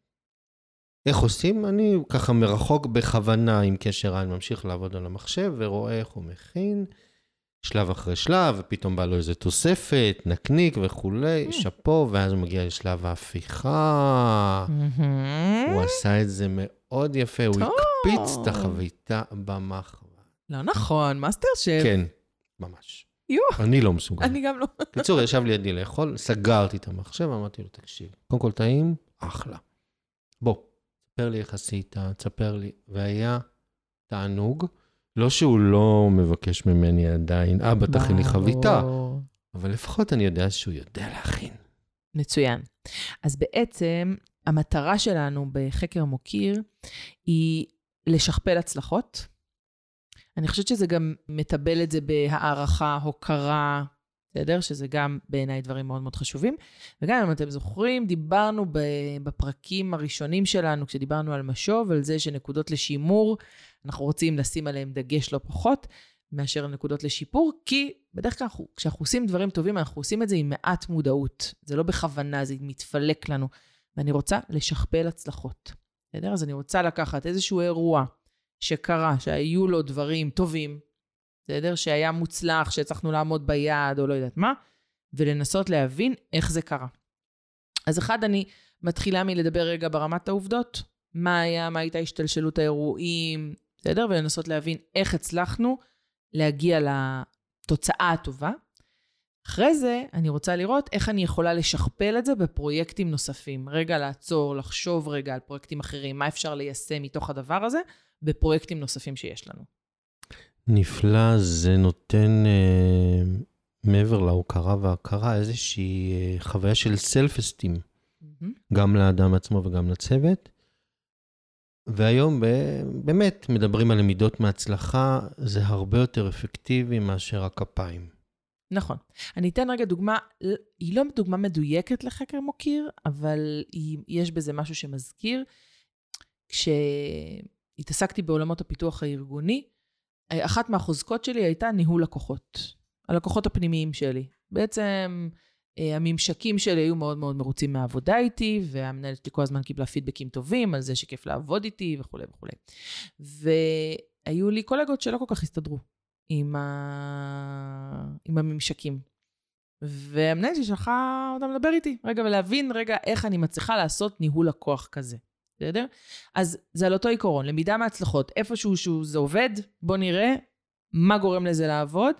איך עושים? אני ככה מרחוק בכוונה עם קשר עין, ממשיך לעבוד על המחשב, ורואה איך הוא מכין, שלב אחרי שלב, ופתאום בא לו איזו תוספת, נקניק וכולי, שפו, ואז הוא מגיע לשלב ההפיכה. הוא עשה את זה מאוד יפה, הוא הקפיץ את החביתה במחווה. לא נכון, מאסטר שף. כן, ממש. אני לא מסוגל. אני גם לא. קיצור, ישב לידי לאכול, סגרתי את המחשב, אמרתי לו, תקשיב, קודם כל טעים, אחלה. בוא, תספר לי איך עשית, תספר לי, והיה תענוג, לא שהוא לא מבקש ממני עדיין, אבא תכין לי חביתה, אבל לפחות אני יודע שהוא יודע להכין. מצוין. אז בעצם, המטרה שלנו בחקר מוקיר, היא לשכפל הצלחות, אני חושבת שזה גם מטבל את זה בהערכה, הוקרה, בסדר? שזה גם בעיניי דברים מאוד מאוד חשובים. וגם אם אתם זוכרים, דיברנו בפרקים הראשונים שלנו, כשדיברנו על משוב, על זה שנקודות לשימור, אנחנו רוצים לשים עליהם דגש לא פחות, מאשר נקודות לשיפור, כי בדרך כלל כשאנחנו עושים דברים טובים, אנחנו עושים את זה עם מעט מודעות. זה לא בכוונה, זה מתפלק לנו. ואני רוצה לשכפל הצלחות. בסדר? אז אני רוצה לקחת איזשהו אירוע, שקרה, שהיו לו דברים טובים, בסדר? שהיה מוצלח, שהצלחנו לעמוד ביד, או לא יודעת מה, ולנסות להבין איך זה קרה. אז אחד, אני מתחילה מלדבר רגע ברמת העובדות, מה הייתה השתלשלות האירועים, בסדר? ולנסות להבין איך הצלחנו להגיע לתוצאה הטובה. אחרי זה, אני רוצה לראות איך אני יכולה לשכפל את זה בפרויקטים נוספים. רגע לעצור, לחשוב רגע על פרויקטים אחרים, מה אפשר ליישם מתוך הדבר הזה, בפרויקטים נוספים שיש לנו. נפלא, זה נותן מעבר להוקרה וההכרה איזושהי חוויה של self-esteem, גם לאדם עצמו וגם לצוות. והיום באמת מדברים על למידות מהצלחה, זה הרבה יותר אפקטיבי מאשר הכפיים. נכון. אני אתן רגע דוגמה, היא לא דוגמה מדויקת לחקר מוקיר, אבל יש בזה משהו שמזכיר, התעסקתי בעולמות הפיתוח הארגוני, אחת מהחוזקות שלי הייתה ניהול לקוחות, הלקוחות הפנימיים שלי. בעצם הממשקים שלי היו מאוד מאוד מרוצים מהעבודה איתי, והמנהלת שלי כל הזמן קיבלה פידבקים טובים על זה שכיף לעבוד איתי וכו' וכו'. והיו לי קולגות שלא כל כך הסתדרו עם הממשקים. והמנהלת שלחה אותם לדבר איתי, רגע, ולהבין רגע איך אני מצליחה לעשות ניהול לקוח כזה. בסדר? אז זה על אותו עיקרון, למידה מהצלחות, איפשהו שזה עובד, בוא נראה מה גורם לזה לעבוד,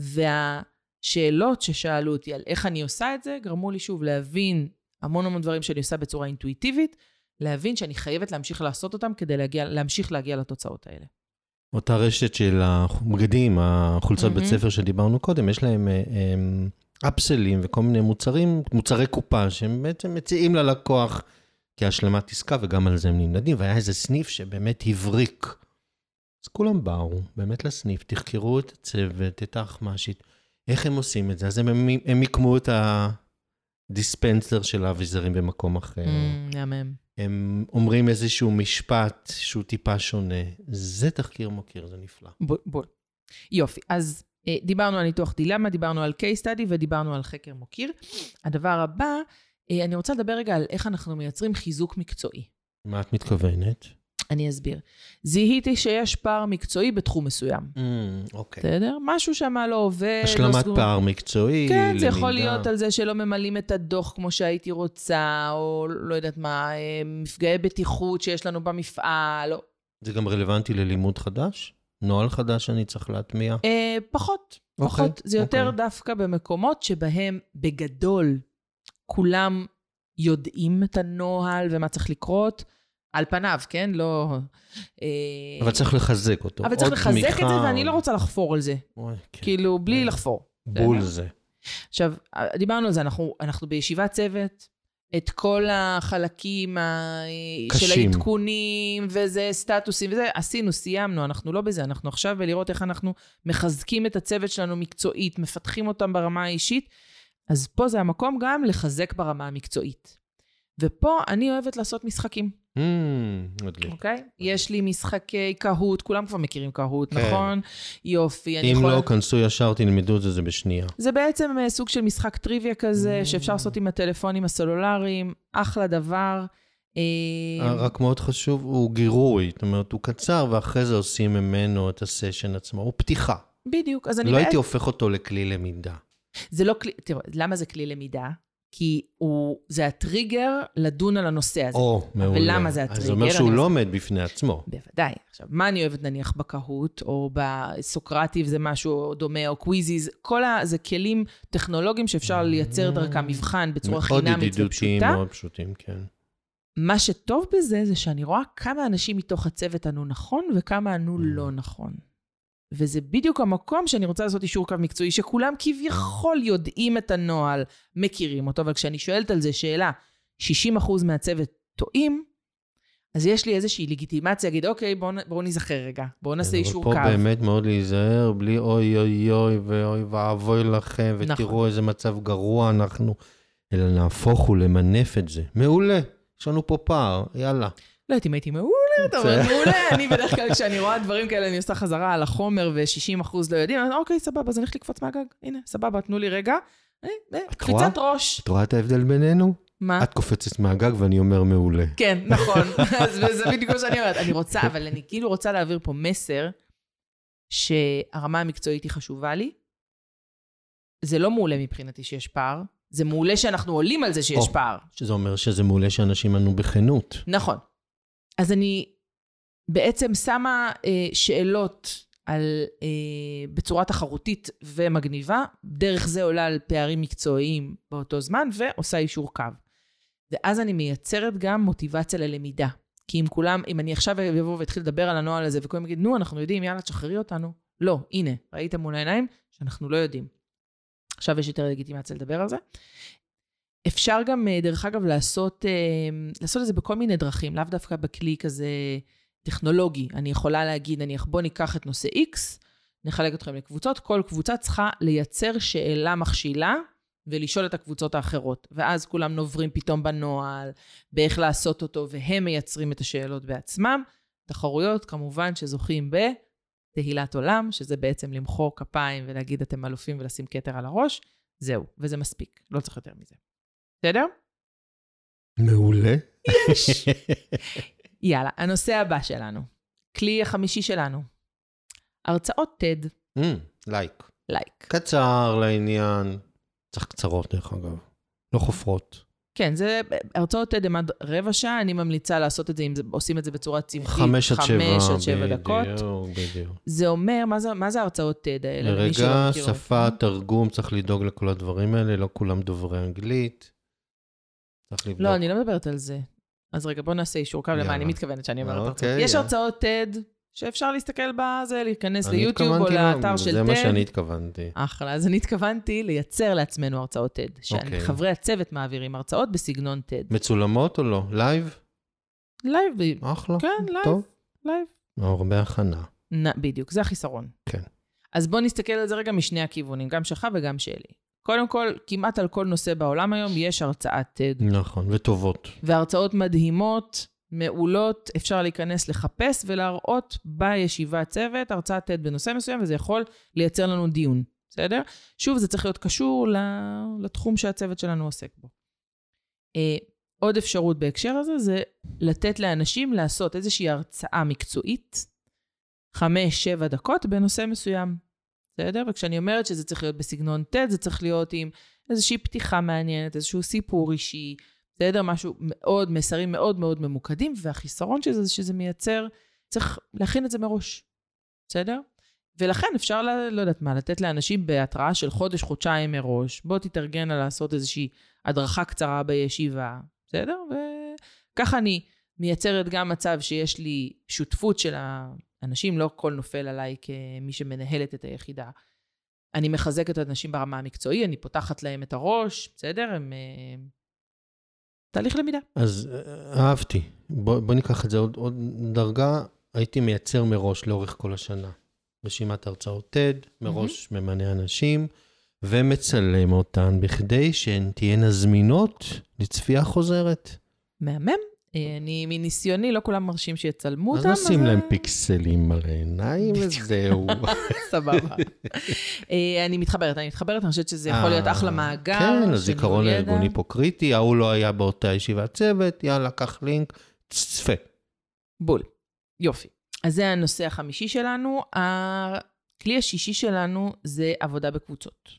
והשאלות ששאלו אותי על איך אני עושה את זה, גרמו לי שוב להבין המון דברים שאני עושה בצורה אינטואיטיבית, להבין שאני חייבת להמשיך לעשות אותם, כדי להמשיך להגיע לתוצאות האלה. אותה רשת של הבגדים, החולצות בית ספר שדיברנו קודם, יש להם אפסלים וכל מיני מוצרי קופה, שהם בעצם מציעים ללקוח כהשלמת עסקה, וגם על זה הם נמדדים, והיה איזה סניף שבאמת הבריק. אז כולם באו, באמת לסניף, תחקרו את הצוות, את האחמשית, איך הם עושים את זה, אז הם יקמו את הדיספנסר של האביזרים במקום אחר. יאמם. הם אומרים איזשהו משפט שהוא טיפה שונה. זה תחקיר מוקיר, זה נפלא. בול. יופי, אז דיברנו על ניתוח דילמה, דיברנו על case study ודיברנו על חקר מוקיר. הדבר הבא, אני רוצה לדבר רגע על איך אנחנו מייצרים חיזוק מקצועי. מה את מתכוונת? אני אסביר. זיהיתי שיש פער מקצועי בתחום מסוים. אוקיי. בסדר? משהו שמה לא עובד. השלמת פער מקצועי, כן, למידה. זה יכול להיות על זה שלא ממלאים את הדוח כמו שהייתי רוצה, או לא יודעת מה, מפגעי בטיחות שיש לנו במפעל. או... זה גם רלוונטי ללימוד חדש? נוהל חדש אני צריך להטמיע? פחות. זה יותר דווקא במקומות שבהם בגדול כולם יודעים את הנוהל ומה צריך לקרות, על פניו, כן? לא... אבל צריך לחזק אותו. אבל צריך לחזק את זה, ואני לא רוצה לחפור על זה. כאילו, בלי לחפור. בול זה. עכשיו, דיברנו על זה, אנחנו בישיבת צוות, את כל החלקים של העדכונים, וזה סטטוסים, וזה, עשינו, סיימנו, אנחנו לא בזה, אנחנו עכשיו ולראות איך אנחנו מחזקים את הצוות שלנו מקצועית, מפתחים אותם ברמה האישית, אז פה זה המקום גם לחזק ברמה המקצועית. ופה אני אוהבת לעשות משחקים. אוקיי? יש לי משחקי קהות, כולם כבר מכירים קהות, נכון? יופי. אם לא, כנסו ישר, תלמדו את זה בשנייה. זה בעצם סוג של משחק טריוויה כזה, שאפשר לעשות עם הטלפונים הסלולריים, אחלה דבר. רק מאוד חשוב, הוא גירוי, זאת אומרת, הוא קצר, ואחרי זה עושים ממנו את הסשן עצמו, הוא פתיחה. בדיוק, אז אני... לא הייתי הופך אותו לכלי למידה. זה לא כלי, תראו, למה זה כלי למידה? כי זה הטריגר לדון על הנושא הזה. מעולה. ולמה זה הטריגר? אז זה אומר שהוא לא עומד בפני עצמו. בוודאי. עכשיו, מה אני אוהבת נניח בקהות, או בסוקרטיב זה משהו דומה, או קוויזיז, זה כלים טכנולוגיים שאפשר לייצר דרכם מבחן בצורה חינמית ופשוטה. מאוד פשוטים, כן. מה שטוב בזה, זה שאני רואה כמה אנשים מתוך הצוות ענו נכון, וכמה ענו לא נכון. וזה בדיוק המקום שאני רוצה לעשות אישור קו מקצועי, שכולם כביכול יודעים את הנוהל, מכירים אותו, אבל כשאני שואלת על זה שאלה, 60% מהצוות טועים, אז יש לי איזושהי לגיטימציה, להגיד, אוקיי, בואו נזכר רגע, בואו נעשה אישור קו. פה באמת מאוד להיזהר, בלי אוי אוי אוי ואוי ואבוי לכם, ותראו איזה מצב גרוע אנחנו, אלא נהפוך ולמנף את זה. מעולה, יש לנו פה פער, יאללה. לא יודעת אם הייתי מעולה, אבל מעולה, אני בדרך כלל כשאני רואה דברים כאלה, אני עושה חזרה על החומר, ו-60% לא יודעים, אוקיי, סבבה, אז אני הולך לקפוץ מהגג, הנה, סבבה, תנו לי רגע, קפיצת ראש. את רואה את ההבדל בינינו? מה? את קופצת מהגג ואני אומר מעולה. כן, נכון, וזה בדיוק מה שאני אומרת, אני רוצה, אבל אני כאילו רוצה להעביר פה מסר, שהרמה המקצועית היא חשובה לי, זה לא מעולה מבחינתי שיש פער, זה מעולה שאנחנו עולים על זה שיש פער. שזה אומר שזה מעולה שאנשים ענו בכנות. נכון. אז אני בעצם שמה שאלות בצורה תחרותית ומגניבה, דרך זה עולה על פערים מקצועיים באותו זמן, ועושה אישור קו. ואז אני מייצרת גם מוטיבציה ללמידה. כי אם אני עכשיו אבוא ואתחיל לדבר על הנוהל הזה, וכולם יגיד, אנחנו יודעים, יאללה, תשחררי אותנו. לא, הנה, ראיתם מול העיניים שאנחנו לא יודעים. עכשיו יש יותר לגיטימציה לדבר על זה. אפשר גם, דרך אגב, לעשות את זה בכל מיני דרכים, לאו דווקא בכלי כזה טכנולוגי. אני יכולה להגיד, בוא ניקח את נושא X, נחלק אתכם לקבוצות, כל קבוצה צריכה לייצר שאלה מכשילה, ולשאול את הקבוצות האחרות. ואז כולם נוברים פתאום בנוהל, באיך לעשות אותו, והם מייצרים את השאלות בעצמם. תחרויות, כמובן, שזוכים בתהילת עולם, שזה בעצם למחוא כפיים ולהגיד אתם אלופים ולשים כתר על הראש. זהו, וזה מספיק. לא צריך יותר מזה. בסדר? מעולה. יש. יאללה, הנושא הבא שלנו. כלי החמישי שלנו. הרצאות TED. לייק. לייק. קצר לעניין. צריך קצרות דרך אגב, לא חופרות. כן, זה הרצאות TED הם עד רבע שעה, אני ממליצה לעשות את זה, אם עושים את זה בצורה צמחית, 5 עד 7 דקות. בדיוק. זה אומר, מה זה הרצאות TED האלה? לרגע, שפה, תרגום, צריך לדאוג לכל הדברים האלה, לא כולם דוברי אנגלית. צריך לבדוק. לא, אני לא מדברת על זה. אז רגע, בוא נעשה אישור קו למה אני מתכוונת שאני אומרת הרצאות. יש הרצאות TED שאפשר להסתכל בזה, להיכנס ליוטיוב או לאתר של TED. זה מה שאני התכוונתי. אחלה, אז אני התכוונתי לייצר לעצמנו הרצאות TED, שחברי הצוות מעבירים הרצאות בסגנון TED. מצולמות או לא? לייב? לייב. אחלה. כן, לייב. הרבה הכנה. בדיוק, זה החיסרון. כן. אז בוא נסתכל על זה רגע משני הכיוונים, גם שלך וגם שלי. קודם כל, כמעט על כל נושא בעולם היום יש הרצאת TED. נכון, וטובות. והרצאות מדהימות, מעולות, אפשר להיכנס לחפש ולהראות בישיבת צוות, הרצאת TED בנושא מסוים, וזה יכול לייצר לנו דיון, בסדר? שוב, זה צריך להיות קשור לתחום שהצוות שלנו עוסק בו. עוד אפשרות בהקשר הזה, זה לתת לאנשים לעשות איזושהי הרצאה מקצועית, 5-7 דקות בנושא מסוים, בסדר? וכשאני אומרת שזה צריך להיות בסגנון TED, זה צריך להיות עם איזושהי פתיחה מעניינת, איזשהו סיפור אישי, בסדר? משהו מאוד, מסרים מאוד מאוד ממוקדים, והחיסרון שזה מייצר, צריך להכין את זה מראש, בסדר? ולכן אפשר, לא יודעת מה, לתת לאנשים בהתראה של חודש-חודשיים מראש, בוא תתארגן על לעשות איזושהי הדרכה קצרה בישיבה, בסדר? וככה אני מייצרת גם מצב שיש לי שותפות של האנשים, לא כל נופל עליי כמי שמנהלת את היחידה. אני מחזקת את האנשים ברמה המקצועי, אני פותחת להם את הראש, בסדר? הם תהליך למידה. אז אהבתי. בוא ניקח את זה עוד דרגה. הייתי מייצר מראש לאורך כל השנה. רשימת הרצאות TED, מראש ממנה אנשים, ומצלם אותן בכדי שהן תהיינה זמינות לצפייה חוזרת. מהמם. אני מניסיוני, לא כולם מרשים שיצלמו אותם. אז נשים להם פיקסלים על העיניים וזהו. סבבה. אני מתחברת, אני חושבת שזה יכול להיות אחלה מאגר. כן, הזיכרון הארגוני פה קריטי, ההוא לא היה באותה ישיבת צוות, יאללה, קח לינק, צפה. בול, יופי. אז זה הנושא החמישי שלנו. הכלי השישי שלנו זה עבודה בקבוצות.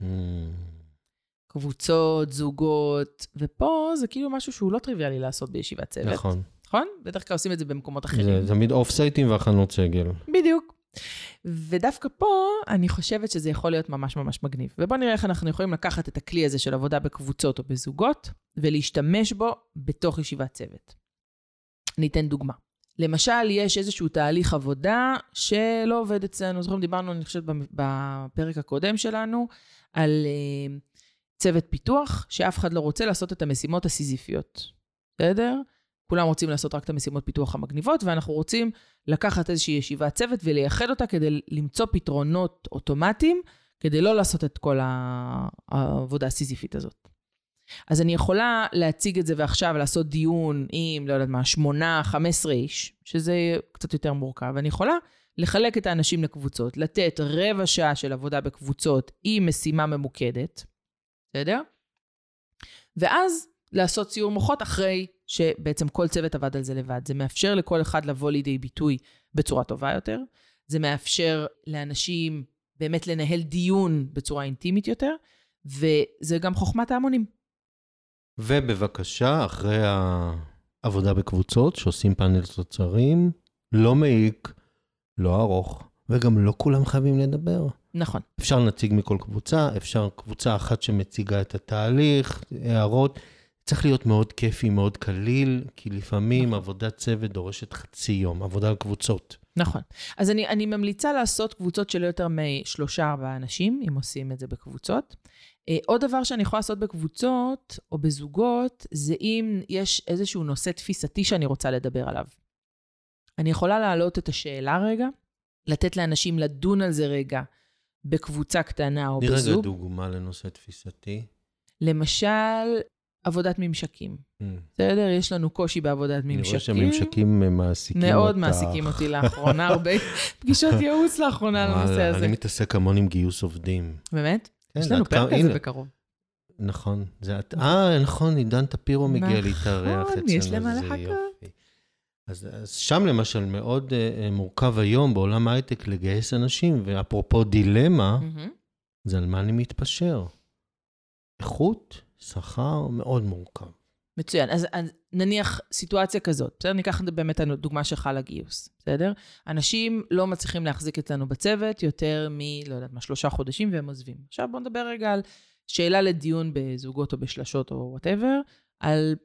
קבוצות, זוגות, ופה זה כאילו משהו שהוא לא טריוויאלי לעשות בישיבת צוות. נכון. נכון? בדרך כלל עושים את זה במקומות אחרים. זה תמיד אוף סייטים והכנות סגל. בדיוק. ודווקא פה אני חושבת שזה יכול להיות ממש ממש מגניב. ובוא נראה איך אנחנו יכולים לקחת את הכלי הזה של עבודה בקבוצות או בזוגות, ולהשתמש בו בתוך ישיבת צוות. ניתן דוגמה. למשל, יש איזשהו תהליך עבודה שלא עובד אצלנו. זוכרים, דיברנו, אני חושבת, בפרק הקודם שלנו, על צוות פיתוח, שאף אחד לא רוצה לעשות את המשימות הסיזיפיות. בסדר? כולם רוצים לעשות רק את המשימות פיתוח המגניבות, ואנחנו רוצים לקחת איזושהי ישיבת צוות ולייחד אותה כדי למצוא פתרונות אוטומטיים, כדי לא לעשות את כל העבודה הסיזיפית הזאת. אז אני יכולה להציג את זה ועכשיו לעשות דיון עם, לא יודעת מה, 8-15 איש, שזה קצת יותר מורכב. אני יכולה לחלק את האנשים לקבוצות, לתת רבע שעה של עבודה בקבוצות עם משימה ממוקדת, בסדר? ואז לעשות סיור מוחות אחרי שבעצם כל צוות עבד על זה לבד. זה מאפשר לכל אחד לבוא לידי ביטוי בצורה טובה יותר. זה מאפשר לאנשים באמת לנהל דיון בצורה אינטימית יותר, וזה גם חוכמת ההמונים. ובבקשה, אחרי העבודה בקבוצות, שעושים פאנל תוצרים, לא מעיק, לא ארוך, וגם לא כולם חייבים לדבר. נכון. אפשר נציג מכל קבוצה, אפשר קבוצה אחת שמציגה את התהליך, הערות. צריך להיות מאוד כיפי, מאוד קליל, כי לפעמים נכון. עבודת צוות דורשת חצי יום, עבודה על קבוצות. נכון. אז אני ממליצה לעשות קבוצות של יותר מ3-4 אנשים, אם עושים את זה בקבוצות. עוד דבר שאני יכולה לעשות בקבוצות או בזוגות, זה אם יש איזשהו נושא תפיסתי שאני רוצה לדבר עליו. אני יכולה להעלות את השאלה רגע, לתת לאנשים לדון על זה רגע, בקבוצה קטנה או בזוג. נראה דוגמה לנושא תפיסתי. למשל, עבודת ממשקים. בסדר? יש לנו קושי בעבודת ממשקים. אני רואה שהממשקים מעסיקים אותך. מאוד מעסיקים אותי לאחרונה, הרבה פגישות ייעוץ לאחרונה לנושא הזה. אני מתעסק המון עם גיוס עובדים. באמת? יש לנו פרק כזה בקרוב. נכון. נכון, עידן טפירו מגיע להתארח אצלנו. יש להם מה לחכות. אז שם למשל מאוד מורכב היום בעולם ההייטק לגייס אנשים, ואפרופו דילמה, זה על מה אני מתפשר. איכות, שכר מאוד מורכב. מצוין. אז נניח סיטואציה כזאת, בסדר? ניקח באמת דוגמה שלך לגיוס, בסדר? אנשים לא מצליחים להחזיק אצלנו בצוות יותר לא יודעת מה, 3 חודשים והם עוזבים. עכשיו בואו נדבר רגע על שאלה לדיון בזוגות או בשלשות או whatever, על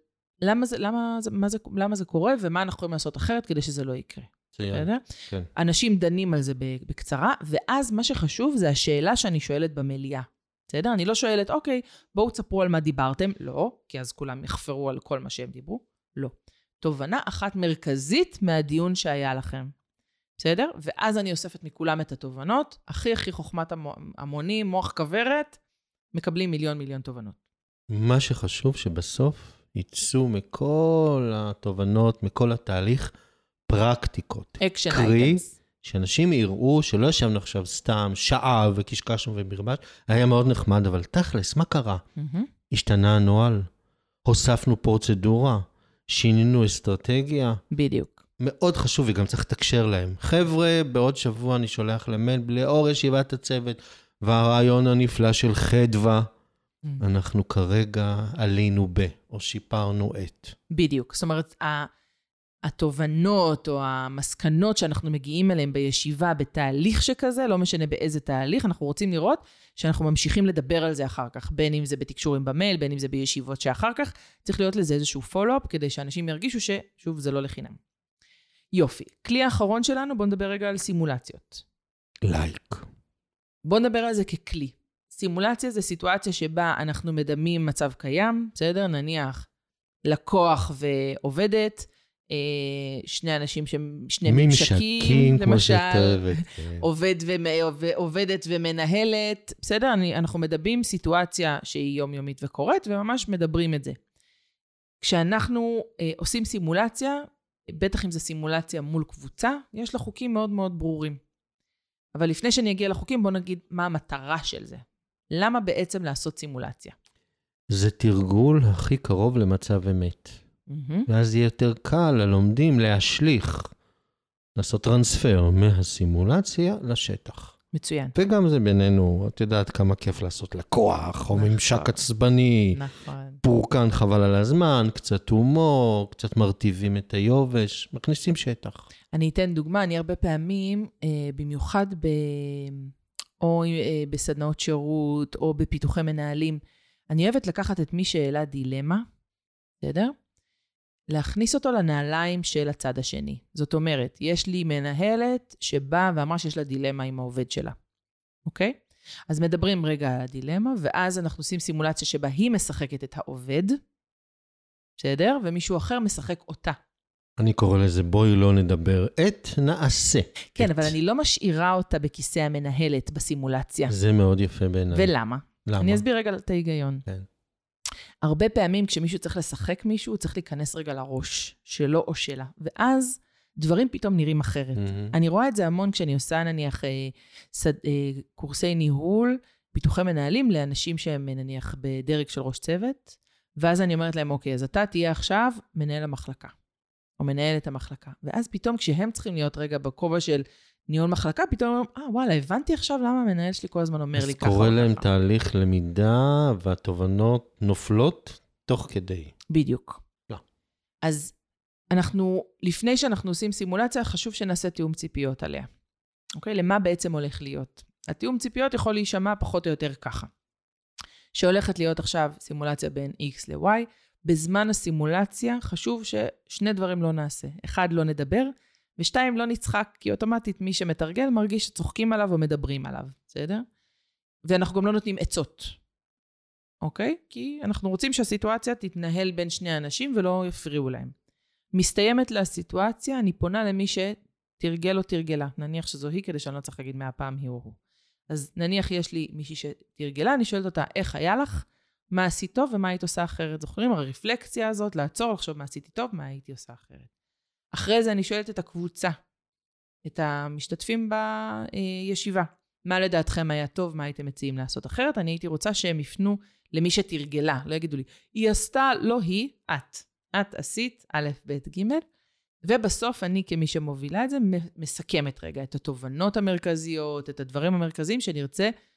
למה זה קורה ומה אנחנו יכולים לעשות אחרת כדי שזה לא יקרה. בסדר? כן. אנשים דנים על זה בקצרה, ואז מה שחשוב זה השאלה שאני שואלת במליאה. בסדר? אני לא שואלת, אוקיי, בואו תספרו על מה דיברתם. לא, כי אז כולם יחפרו על כל מה שהם דיברו. לא. תובנה אחת מרכזית מהדיון שהיה לכם. בסדר? ואז אני אוספת מכולם את התובנות. הכי חוכמת המונים, מוח כברת, מקבלים מיליון תובנות. מה שחשוב שבסוף יצאו מכל התובנות, מכל התהליך, פרקטיקות. אקשן קרי, אייטמס. שאנשים יראו שלא ישבנו עכשיו סתם שעה וקשקשנו וברבש, היה מאוד נחמד, אבל תכלס, מה קרה? השתנה הנוהל, הוספנו פרוצדורה, שינינו אסטרטגיה. בדיוק. מאוד חשוב, וגם צריך לתקשר להם. חבר'ה, בעוד שבוע אני שולח למייל, לאור ישיבת הצוות, והרעיון הנפלא של חדווה, אנחנו כרגע עלינו או שיפרנו את. בדיוק. זאת אומרת, התובנות או המסקנות שאנחנו מגיעים אליהם בישיבה, בתהליך שכזה, לא משנה באיזה תהליך, אנחנו רוצים לראות שאנחנו ממשיכים לדבר על זה אחר כך, בין אם זה בתקשורים במייל, בין אם זה בישיבות שאחר כך, צריך להיות לזה איזשהו פולו-אפ, כדי שאנשים ירגישו ששוב, זה לא לחינם. יופי. כלי האחרון שלנו, בואו נדבר רגע על סימולציות. לייק. בואו נדבר על זה ככלי. סימולציה זה סיטואציה שבה אנחנו מדמים מצב קיים, בסדר? נניח לקוח ועובדת, שני אנשים שני ממשקים, למשל, עובדת ומנהלת, בסדר? אנחנו מדברים סיטואציה שהיא יומיומית וקורית, וממש מדברים את זה. כשאנחנו עושים סימולציה, בטח אם זה סימולציה מול קבוצה, יש לה חוקים מאוד מאוד ברורים. אבל לפני שאני אגיע לחוקים, בואו נגיד מה המטרה של זה. למה בעצם לעשות סימולציה? זה תרגול הכי קרוב למצב אמת. ואז יהיה יותר קל ללומדים להשליך, לעשות טרנספר מהסימולציה לשטח. מצוין. וגם זה בינינו, את יודעת כמה כיף לעשות לקוח, או ממשק עצבני, פורקן חבל על הזמן, קצת הומור, קצת מרטיבים את היובש, מכניסים שטח. אני אתן דוגמה, אני הרבה פעמים, במיוחד או בסדנאות שירות, או בפיתוחי מנהלים, אני אוהבת לקחת את מי שאלה דילמה, בסדר? להכניס אותו לנעליים של הצד השני. זאת אומרת, יש לי מנהלת שבאה ואמרה שיש לה דילמה עם העובד שלה. אוקיי? אז מדברים רגע על הדילמה, ואז אנחנו עושים סימולציה שבה היא משחקת את העובד, בסדר? ומישהו אחר משחק אותה. אני קורא לזה בואי לא נדבר נעשה. כן, אבל אני לא משאירה אותה בכיסא המנהלת בסימולציה. זה מאוד יפה בעיניי. ולמה? למה? אני אסביר רגע את ההיגיון. כן. הרבה פעמים כשמישהו צריך לשחק מישהו, הוא צריך להיכנס רגע לראש שלו או שלה. ואז דברים פתאום נראים אחרת. אני רואה את זה המון כשאני עושה נניח קורסי ניהול, פיתוחי מנהלים לאנשים שהם נניח בדרג של ראש צוות, ואז אני אומרת להם, אוקיי, אז אתה תהיה עכשיו מנהל המחלקה, או מנהלת המחלקה. ואז פתאום כשהם צריכים להיות רגע בכובע של ניהול מחלקה, פתאום אומרים, וואלה, הבנתי עכשיו למה המנהל שלי כל הזמן אומר לי ככה. אז קורא להם תהליך למידה, והתובנות נופלות תוך כדי. בדיוק. לא. אז אנחנו, לפני שאנחנו עושים סימולציה, חשוב שנעשה תיאום ציפיות עליה. אוקיי? למה בעצם הולך להיות? התיאום ציפיות יכול להישמע פחות או יותר ככה. שהולכת להיות עכשיו סימולציה בין X ל-Y, בזמן הסימולציה חשוב ששני דברים לא נעשה. אחד, לא נדבר, ושתיים, לא נצחק, כי אוטומטית מי שמתרגל מרגיש שצוחקים עליו או מדברים עליו, בסדר? ואנחנו גם לא נותנים עצות, אוקיי? כי אנחנו רוצים שהסיטואציה תתנהל בין שני אנשים ולא יפריעו להם. מסתיימת לסיטואציה, אני פונה למי שתרגל או תרגלה. נניח שזו היא, כדי שאני לא צריך להגיד מהפעם היא או הוא. אז נניח יש לי מישהי שתרגלה, אני שואלת אותה, איך היה לך? מה עשית טוב ומה היית עושה אחרת? זוכרים? הרפלקציה הזאת, לעצור, לחשוב מה עשיתי טוב, מה הייתי עושה אחרת. אחרי זה אני שואלת את הקבוצה, את המשתתפים בישיבה. מה לדעתכם היה טוב, מה הייתם מציעים לעשות אחרת? אני הייתי רוצה שהם יפנו למי שתרגלה, לא יגידו לי, היא עשתה, לא היא, את. את עשית, א', ב', ג', ובסוף אני כמי שמובילה את זה, מסכמת רגע את התובנות המרכזיות, את הדברים המרכזיים שנרצה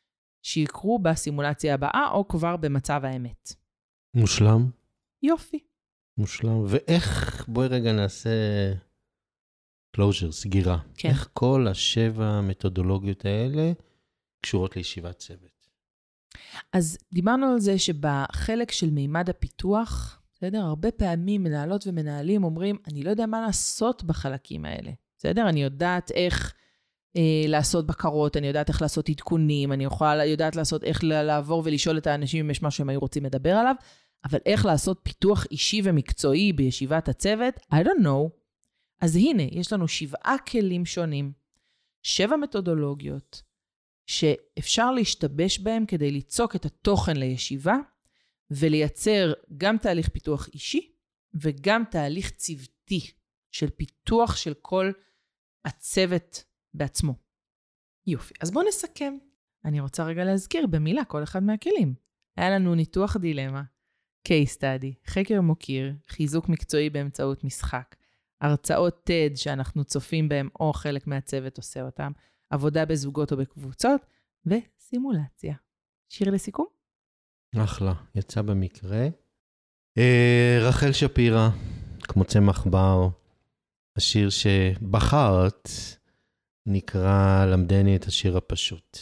שיקרו בסימולציה הבאה, או כבר במצב האמת. מושלם. יופי. מושלם. ואיך, בואי רגע נעשה closure, סגירה. כן. איך כל 7 המתודולוגיות האלה קשורות לישיבת צוות? אז דיברנו על זה שבחלק של מימד הפיתוח, בסדר? הרבה פעמים מנהלות ומנהלים אומרים, אני לא יודע מה לעשות בחלקים האלה. בסדר? אני יודעת איך לעשות בקרות, אני יודעת איך לעשות עדכונים, אני יודעת לעשות איך לעבור ולשאול את האנשים אם יש משהו שהם היו רוצים לדבר עליו, אבל איך לעשות פיתוח אישי ומקצועי בישיבת הצוות? I don't know. אז הנה, יש לנו 7 כלים שונים, 7 מתודולוגיות, שאפשר להשתבש בהם כדי ליצוק את התוכן לישיבה, ולייצר גם תהליך פיתוח אישי, וגם תהליך צוותי של פיתוח של כל הצוות בעצמו. יופי, אז בואו נסכם. אני רוצה רגע להזכיר במילה כל אחד מהכלים. היה לנו ניתוח דילמה, case study, חקר מוקיר, חיזוק מקצועי באמצעות משחק, הרצאות TED שאנחנו צופים בהם או חלק מהצוות עושה אותם, עבודה בזוגות או בקבוצות, וסימולציה. שיר לסיכום? אחלה, יצא במקרה. רחל שפירא, כמו צמח בר, השיר שבחרת נקרא למדני את השיר הפשוט.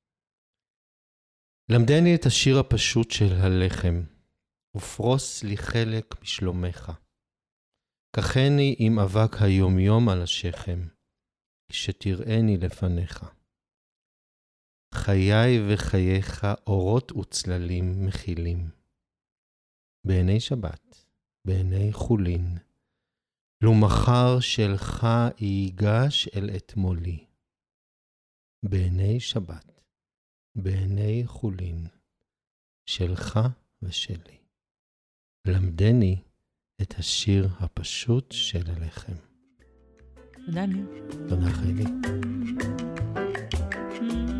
למדני את השיר הפשוט של הלחם, ופרוס לי חלק משלומך. קחני עם אבק היומיום על השכם, שתראני לפניך. חיי וחייך אורות וצללים מכילים. בעיני שבת, בעיני חולין, לו מחר שלך ייגש אל אתמולי. בעיני שבת, בעיני חולין, שלך ושלי. למדני את השיר הפשוט של הלחם. תודה ניר. תודה חיילי.